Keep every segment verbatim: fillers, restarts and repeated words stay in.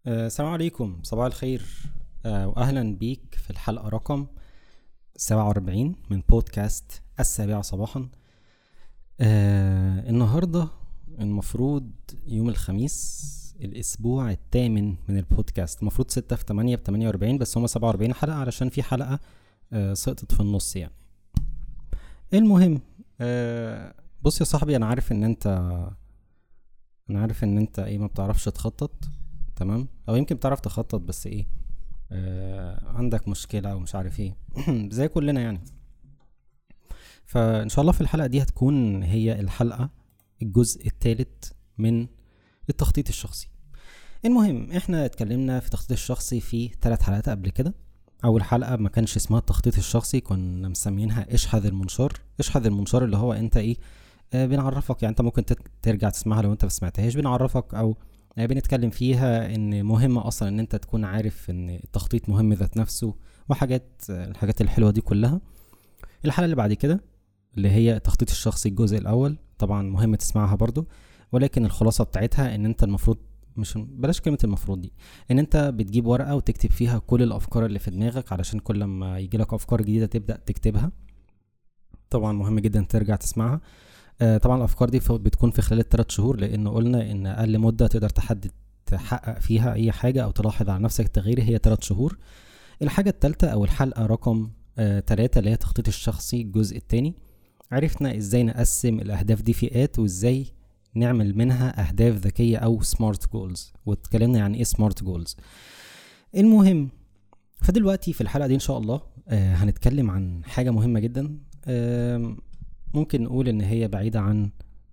آه، السلام عليكم، صباح الخير. آه، وأهلا بيك في الحلقة رقم سبعة وأربعين من بودكاست السابعة صباحا. آه، النهاردة المفروض يوم الخميس، الأسبوع الثامن من البودكاست. المفروض ستة في تمانية بتمانية وأربعين، بس هما سبعة وأربعين حلقة علشان في حلقة آه، سقطت في النص يعني. المهم، آه، بص يا صاحبي، أنا عارف إن أنت أنا عارف إن أنت إيه ما بتعرفش تخطط، تمام؟ أو يمكن بتعرف تخطط بس إيه، آه عندك مشكلة ومش عارف ايه زي كلنا يعني. فان شاء الله في الحلقة دي هتكون هي الحلقة الجزء الثالث من التخطيط الشخصي. المهم، احنا اتكلمنا في التخطيط الشخصي في ثلاث حلقات قبل كده. اول حلقة ما كانش اسمها التخطيط الشخصي، كنا مسمينها اشحذ المنشار. اشحذ المنشار اللي هو انت ايه، آه بنعرفك، يعني انت ممكن ترجع تسمعها لو انت ما سمعتهاش. بنعرفك او بنتكلم فيها ان مهمة اصلا ان انت تكون عارف ان التخطيط مهم ذات نفسه، وحاجات الحاجات الحلوة دي كلها. الحلقة اللي بعد كده اللي هي التخطيط الشخصي الجزء الاول، طبعا مهم تسمعها برضو، ولكن الخلاصة بتاعتها ان انت المفروض، مش بلاش كلمة المفروض دي، ان انت بتجيب ورقة وتكتب فيها كل الافكار اللي في دماغك، علشان كل ما يجي لك افكار جديدة تبدأ تكتبها. طبعا مهم جدا ترجع تسمعها. آه طبعا الافكار دي بتكون في خلال الثلاث شهور، لان قلنا ان اقل مدة تقدر تحدد تحقق فيها اي حاجة او تلاحظ على نفسك التغيير هي ثلاث شهور. الحاجة الثالثة او الحلقة رقم ثلاثة آه اللي هي التخطيط الشخصي الجزء الثاني، عرفنا ازاي نقسم الاهداف دي فئات، وازاي نعمل منها اهداف ذكية او سمارت جولز، واتكلمنا يعني ايه سمارت جولز. المهم، فدلوقتي في الحلقة دي ان شاء الله آه هنتكلم عن حاجة مهمة جدا. آه ممكن نقول ان هي بعيدة عن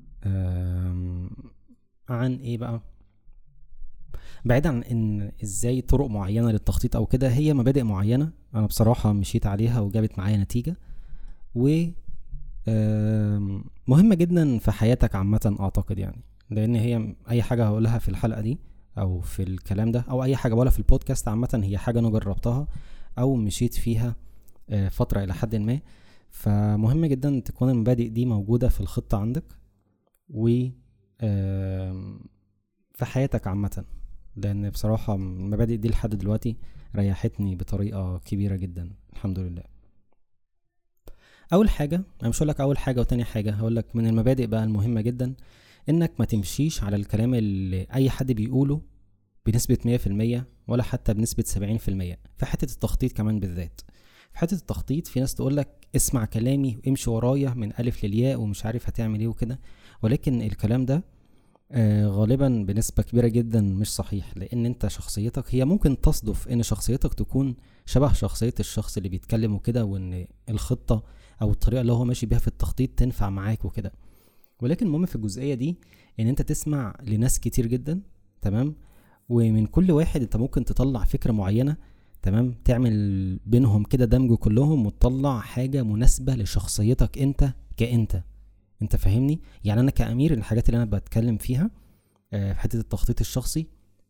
عن ايه بقى بعيدة عن ان ازاي طرق معينة للتخطيط او كده. هي مبادئ معينة انا بصراحة مشيت عليها وجابت معايا نتيجة، و مهمة جدا في حياتك عامة اعتقد يعني، لان هي اي حاجة هقولها في الحلقة دي او في الكلام ده او اي حاجة بقولها في البودكاست عامة هي حاجة انا جربتها او مشيت فيها فترة الى حد ما. فمهم جدا تكون المبادئ دي موجودة في الخطة عندك و في حياتك عامة، لان بصراحة المبادئ دي لحد دلوقتي ريحتني بطريقة كبيرة جدا الحمد لله. اول حاجة، انا مش هقولك اول حاجة وتاني حاجة، هقولك من المبادئ بقى المهمة جدا انك ما تمشيش على الكلام اللي اي حد بيقوله بنسبة مية في المية ولا حتى بنسبة سبعين في المية في حتة التخطيط كمان بالذات. في حتة التخطيط في ناس تقولك اسمع كلامي وامشي ورايا من ألف للياء ومش عارف هتعمل ايه وكده، ولكن الكلام ده آه غالبا بنسبة كبيرة جدا مش صحيح، لان انت شخصيتك هي ممكن تصدف ان شخصيتك تكون شبه شخصية الشخص اللي بيتكلم وكده، وان الخطة او الطريقة اللي هو ماشي بيها في التخطيط تنفع معاك وكده. ولكن المهم في الجزئية دي ان انت تسمع لناس كتير جدا، تمام؟ ومن كل واحد انت ممكن تطلع فكرة معينة، تمام؟ تعمل بينهم كده دمج كلهم وتطلع حاجة مناسبة لشخصيتك انت كأنت. انت فاهمني؟ يعني انا كأمير الحاجات اللي انا بتكلم فيها آه في حتة التخطيط الشخصي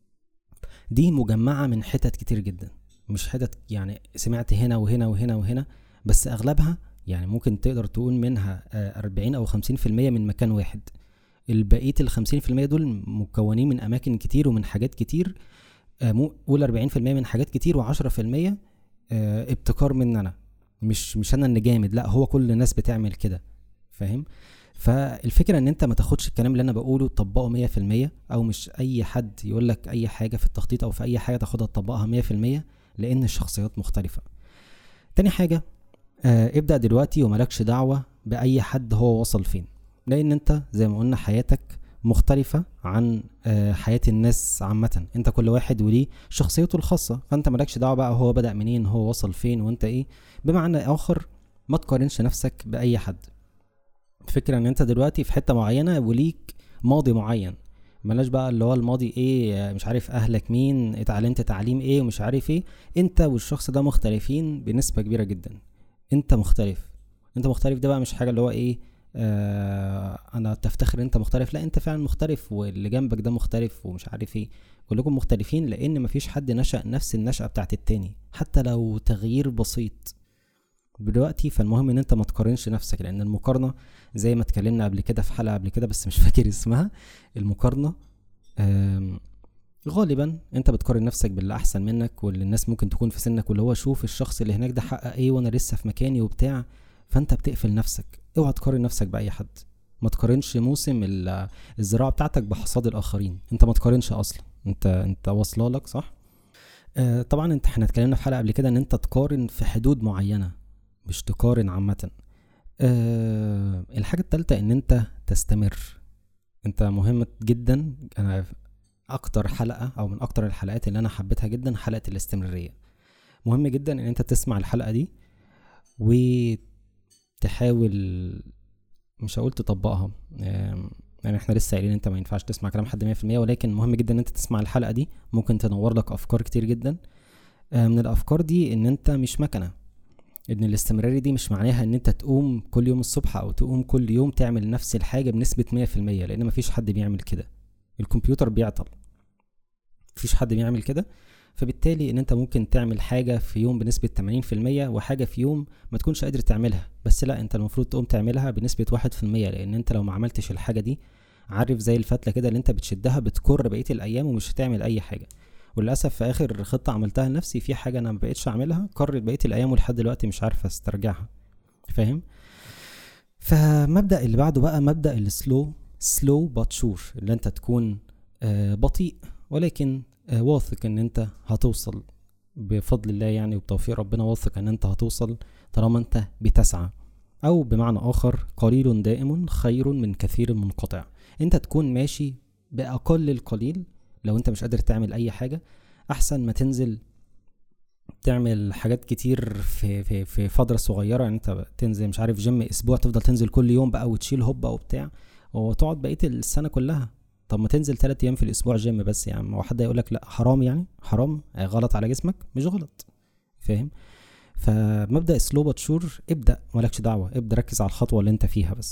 دي مجمعة من حتت كتير جدا، مش حتت يعني سمعت هنا وهنا وهنا وهنا، بس اغلبها يعني ممكن تقدر تقول منها آه أربعين او خمسين في المية من مكان واحد. البقية الخمسين في المية دول مكونين من اماكن كتير ومن حاجات كتير. آه قول أربعين في المية من حاجات كتير وعشرة في المية آه ابتكار مننا. مش مش انا اللي جامد، لا، هو كل الناس بتعمل كده، فاهم؟ فالفكرة ان انت ما تاخدش الكلام اللي انا بقوله تطبقه مية في المية، او مش اي حد يقولك اي حاجة في التخطيط او في اي حاجة تاخدها تطبقها مية في المية، لان الشخصيات مختلفة. تاني حاجة، آه ابدأ دلوقتي وملكش دعوة باي حد هو وصل فين، لان انت زي ما قلنا حياتك مختلفة عن آه حياة الناس عامة. انت كل واحد وليه شخصيته الخاصة، فانت ملكش دعوة بقى هو بدأ منين هو وصل فين وانت ايه. بمعنى اخر، ما تقارنش نفسك باي حد. فكرة ان انت دلوقتي في حتة معينة وليك ماضي معين، ملاش بقى اللي هو الماضي ايه، مش عارف اهلك مين، اتعلمت تعليم ايه ومش عارف ايه. انت والشخص ده مختلفين بنسبة كبيرة جدا. انت مختلف انت مختلف ده بقى مش حاجة اللي هو ايه آه انا تفتخر انت مختلف، لا، انت فعلا مختلف واللي جنبك ده مختلف ومش عارف ايه. كلكم مختلفين، لان مفيش حد نشأ نفس النشأة بتاعت التاني حتى لو تغيير بسيط دلوقتي. فالمهم ان انت ما تقارنش نفسك، لان المقارنة زي ما اتكلمنا قبل كده في حلقة قبل كده بس مش فاكر اسمها، المقارنة غالبا انت بتقارن نفسك باللي احسن منك واللي الناس ممكن تكون في سنك، واللي هو شوف الشخص اللي هناك ده حقق ايه وانا لسه في مكاني وبتاع. فانت بتقفل نفسك. اوعى تقارن نفسك باي حد. ما تقارنش موسم ال- الزراعه بتاعتك بحصاد الاخرين. انت ما تقارنش اصلا. انت انت واصله لك صح. آه طبعا انت احنا اتكلمنا في حلقه قبل كده ان انت تقارن في حدود معينه، مش تقارن عامه. آه الحاجه الثالثه ان انت تستمر. انت مهم جدا. انا اكتر حلقة او من اكتر الحلقات اللي انا حبيتها جدا حلقة الاستمرارية. مهم جدا ان انت تسمع الحلقة دي وتحاول، مش هقول تطبقها، آم، يعني احنا لسه قايلين انت ما ينفعش تسمع كلام حد مية في المية، ولكن مهم جدا ان انت تسمع الحلقة دي. ممكن تنور لك افكار كتير جدا. آه، من الافكار دي ان انت مش مكنة. ان الاستمرارية دي مش معناها ان انت تقوم كل يوم الصبح او تقوم كل يوم تعمل نفس الحاجة بنسبة مية في المية، لان مفيش حد بيعمل كده. الكمبيوتر بيعطل، مفيش حد بيعمل كده. فبالتالي ان انت ممكن تعمل حاجة في يوم بنسبة تمانين في المية وحاجة في يوم ما تكونش قادر تعملها، بس لا، انت المفروض تقوم تعملها بنسبة واحد في المية. لان انت لو ما عملتش الحاجة دي، عارف زي الفتلة كده اللي انت بتشدها بتكر بقية الايام ومش هتعمل اي حاجة. وللاسف في اخر خطة عملتها لنفسي في حاجة انا ما بقيتش اعملها، قررت بقية الايام ولحد دلوقتي مش عارف استرجعها. فاهم؟ فمبدأ اللي بعده بقى مبدأ السلو سلو بات شور، اللي انت تكون آه بطيء ولكن آه واثق ان انت هتوصل بفضل الله يعني، وبتوفيق ربنا واثق ان انت هتوصل طالما انت بتسعى. او بمعنى اخر قليل دائم خير من كثير منقطع. انت تكون ماشي باقل القليل. لو انت مش قادر تعمل اي حاجة، احسن ما تنزل تعمل حاجات كتير في في في فتره صغيره. يعني انت تنزل مش عارف جيم اسبوع، تفضل تنزل كل يوم بقى وتشيل هوبا وبتاع، وتقعد بقيه السنه كلها. طب ما تنزل ثلاثة ايام في الاسبوع جيم بس يا عم. واحد يقول لك لا حرام، يعني حرام، آه، غلط على جسمك. مش غلط. فاهم؟ فمبدا سلو باتشور، ابدا مالكش دعوه، ابدا ركز على الخطوه اللي انت فيها بس.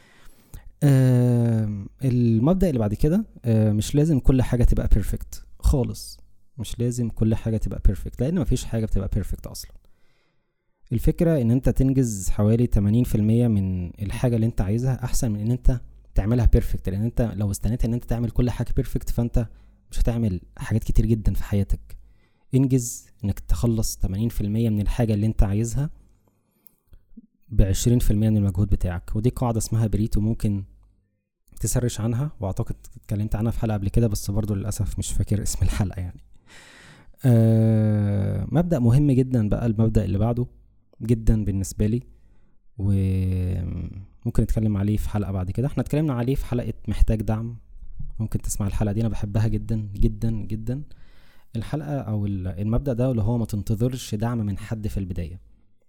آه المبدا اللي بعد كده، آه مش لازم كل حاجه تبقى بيرفكت خالص. مش لازم كل حاجه تبقى بيرفكت، لان مفيش حاجه بتبقى بيرفكت اصلا. الفكرة ان انت تنجز حوالي تمانين في المية من الحاجة اللي انت عايزها احسن من ان انت تعملها بيرفكت. لان انت لو استنيت ان انت تعمل كل حاجة بيرفكت فانت مش هتعمل حاجات كتير جدا في حياتك. انجز انك تخلص تمانين في المية من الحاجة اللي انت عايزها بعشرين في المية من المجهود بتاعك. ودي قاعدة اسمها بريتو، ممكن تسرش عنها، واعتقد اتكلمت عنها في حلقة قبل كده بس برضو للأسف مش فاكر اسم الحلقة يعني. آه مبدأ مهم جدا بقى المبدأ اللي بعده جدا بالنسبة لي، وممكن نتكلم عليه في حلقة بعد كده. احنا اتكلمنا عليه في حلقة محتاج دعم، ممكن تسمع الحلقة دي، انا بحبها جدا جدا جدا. الحلقة او المبدأ ده اللي هو ما تنتظرش دعم من حد في البداية.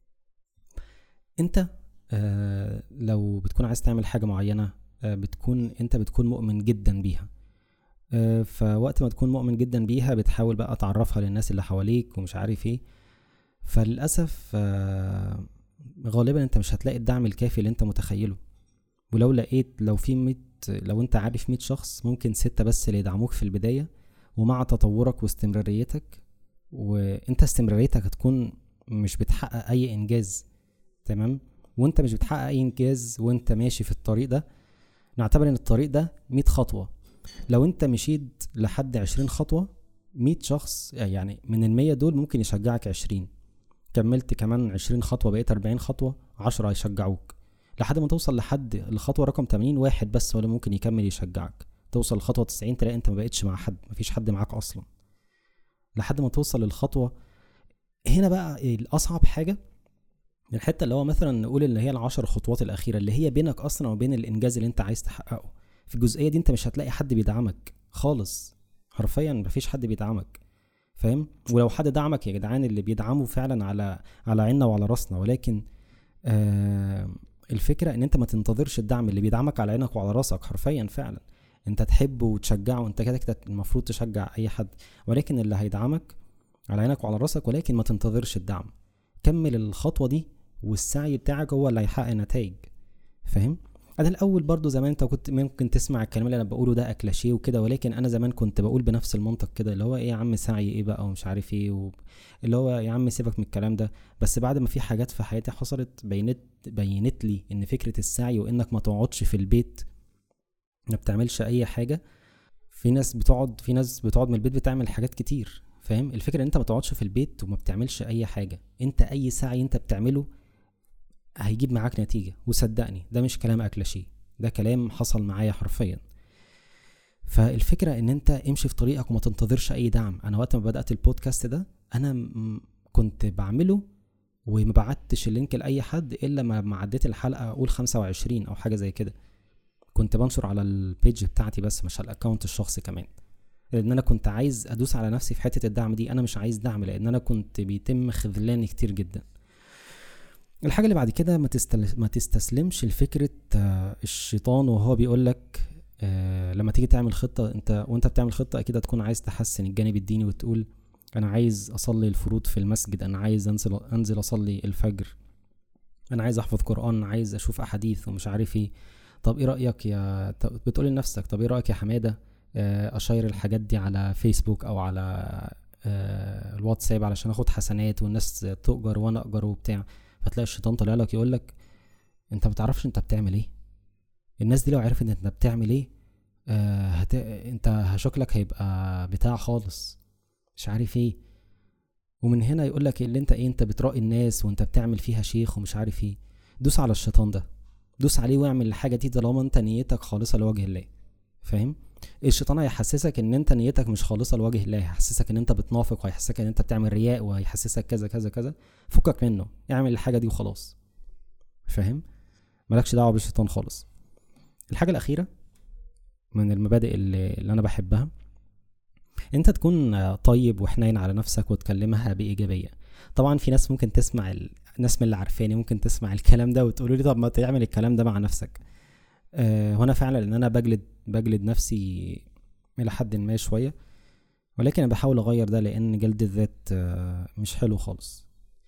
انت آه لو بتكون عايز تعمل حاجة معينة، آه بتكون انت بتكون مؤمن جدا بيها. آه فوقت ما تكون مؤمن جدا بيها بتحاول بقى تعرفها للناس اللي حواليك ومش عارف ايه. فللأسف آه غالبا انت مش هتلاقي الدعم الكافي اللي انت متخيله. ولو لقيت، لو في مية، لو انت عارف مية شخص، ممكن ستة بس اللي يدعموك في البداية. ومع تطورك واستمراريتك، وانت استمراريتك هتكون مش بتحقق اي انجاز. تمام؟ وانت مش بتحقق اي انجاز وانت ماشي في الطريق ده. نعتبر ان الطريق ده مية خطوة. لو انت مشيت لحد عشرين خطوة، مية شخص يعني من المية دول ممكن يشجعك عشرين. كملت كمان عشرين خطوة بقيت اربعين خطوة، عشرة هيشجعوك. لحد ما توصل لحد الخطوة رقم تمانين، واحد بس ولا ممكن يكمل يشجعك. توصل لخطوة تسعين تلاقي انت ما بقيتش مع حد، مفيش حد معاك اصلا. لحد ما توصل للخطوة، هنا بقى الاصعب حاجة، الحتة اللي هو مثلا نقول اللي هي العشر خطوات الاخيرة اللي هي بينك اصلا وبين الانجاز اللي انت عايز تحققه. في الجزئية دي انت مش هتلاقي حد بيدعمك خالص، حرفيا مفيش حد بيدعمك. فاهم؟ ولو حد دعمك يا جدعان، اللي بيدعمه فعلا على على عيننا وعلى راسنا، ولكن آه الفكرة ان انت ما تنتظرش الدعم اللي بيدعمك على عينك وعلى راسك. حرفيا فعلا انت تحبه وتشجعه، انت كده كده المفروض تشجع اي حد، ولكن اللي هيدعمك على عينك وعلى راسك. ولكن ما تنتظرش الدعم، كمل الخطوة دي والسعي بتاعك هو اللي هيحقق نتائج. فاهم؟ انا الاول برضو زمان انت كنت ممكن تسمع الكلام اللي انا بقوله ده اكلاشيه وكده، ولكن انا زمان كنت بقول بنفس المنطق كده، اللي هو ايه يا عم سعي ايه بقى ومش عارف ايه و... اللي هو يا عم سيبك من الكلام ده. بس بعد ما في حاجات في حياتي حصلت بينت بينت لي ان فكرة السعي وانك ما تقعدش في البيت ما بتعملش اي حاجة، في ناس بتقعد في ناس بتقعد من البيت بتعمل حاجات كتير، فاهم الفكره؟ ان انت ما تقعدش في البيت وما بتعملش اي حاجه، انت اي سعي انت بتعمله هيجيب معاك نتيجه، وصدقني ده مش كلام اكلاشيه، ده كلام حصل معايا حرفيا. فالفكره ان انت امشي في طريقك وما تنتظرش اي دعم. انا وقت ما بدات البودكاست ده انا م- كنت بعمله وما بعتش اللينك لاي حد الا ما عديت الحلقه اقول خمسة وعشرين او حاجه زي كده. كنت بنشر على البيج بتاعتي بس، مش على الاكونت الشخصي كمان، لان انا كنت عايز ادوس على نفسي في حته الدعم دي. انا مش عايز دعم لان انا كنت بيتم خذلاني كتير جدا. الحاجه اللي بعد كده ما, تستل... ما تستسلمش لفكره آه الشيطان وهو بيقول لك آه لما تيجي تعمل خطه، انت وانت بتعمل خطه اكيد هتكون عايز تحسن الجانب الديني وتقول انا عايز اصلي الفروض في المسجد، انا عايز انزل انزل اصلي الفجر، انا عايز احفظ قرآن، عايز اشوف احاديث ومش عارف ايه. طب ايه رأيك يا بتقول لنفسك طب ايه رأيك يا حمادة اشير الحاجات دي على فيسبوك او على الواتساب علشان اخد حسنات والناس تؤجر وانا اجر وبتاع؟ فتلاقي الشيطان طالع لك يقول لك انت ما تعرفش انت بتعمل ايه، الناس دي لو عرفت ان انت بتعمل ايه آه هت... انت شكلك هيبقى بتاع خالص مش عارف ايه. ومن هنا يقول لك اللي انت ايه، انت بتراقي الناس وانت بتعمل فيها شيخ ومش عارف ايه. دوس على الشيطان ده، دوس عليه واعمل الحاجه دي طالما انت نيتك خالصه لوجه الله، فاهم؟ الشيطان هيحسسك ان انت نيتك مش خالصه لوجه الله، هيحسسك ان انت بتنافق، وهيحسسك ان انت بتعمل رياء، وهيحسسك كذا كذا كذا. فكك منه، اعمل الحاجه دي وخلاص، فاهم؟ مالكش دعوه بالشيطان خالص. الحاجه الاخيره من المبادئ اللي, اللي انا بحبها، انت تكون طيب وحنين على نفسك وتكلمها بايجابيه. طبعا في ناس ممكن تسمع ال... ناس من اللي عارفاني ممكن تسمع الكلام ده وتقولوا لي طب ما تعمل الكلام ده مع نفسك. أه وانا فعلا ان انا بجلد بجلد نفسي الى حد ما شويه، ولكن انا بحاول اغير ده لان جلد الذات أه مش حلو خالص.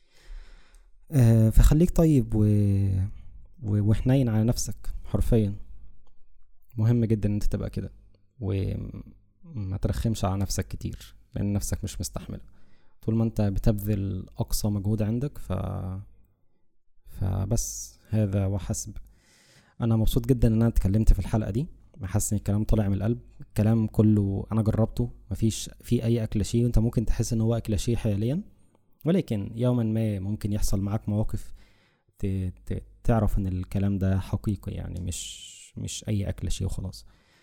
أه فخليك طيب و... و... وحنين على نفسك، حرفيا مهم جدا ان انت تبقى كده، وما ترخمش على نفسك كتير لان نفسك مش مستحمله. طول ما انت بتبذل اقصى مجهود عندك ف فبس هذا وحسب. انا مبسوط جدا ان انا اتكلمت في الحلقه دي، حاسس ان الكلام طالع من القلب، الكلام كله انا جربته، مفيش في اي اكلاشيه. وانت ممكن تحس ان هو اكلاشيه حاليا، ولكن يوما ما ممكن يحصل معاك مواقف ت... ت... تعرف ان الكلام ده حقيقي، يعني مش مش اي اكلاشيه وخلاص.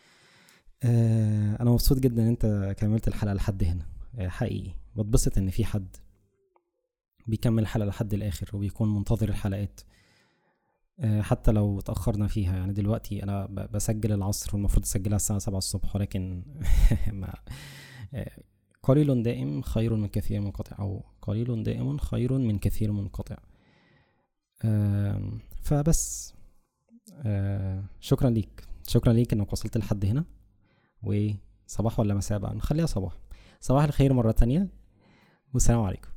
آه انا مبسوط جدا ان انت كملت الحلقه لحد هنا. آه حقيقي بتبسط ان في حد بيكمل الحلقه لحد الاخر وبيكون منتظر الحلقات آه حتى لو اتاخرنا فيها. يعني دلوقتي انا بسجل العصر والمفروض اسجلها الساعه سبعة الصبح، ولكن ما آه قليل دائم خير من كثير منقطع، او قليل دائم خير من كثير منقطع. آه فبس آه شكرا ليك، شكرا ليك انك وصلت لحد هنا. وصباح ولا مساء بقى، نخليها صباح. صباح الخير مرة تانية، والسلام عليكم.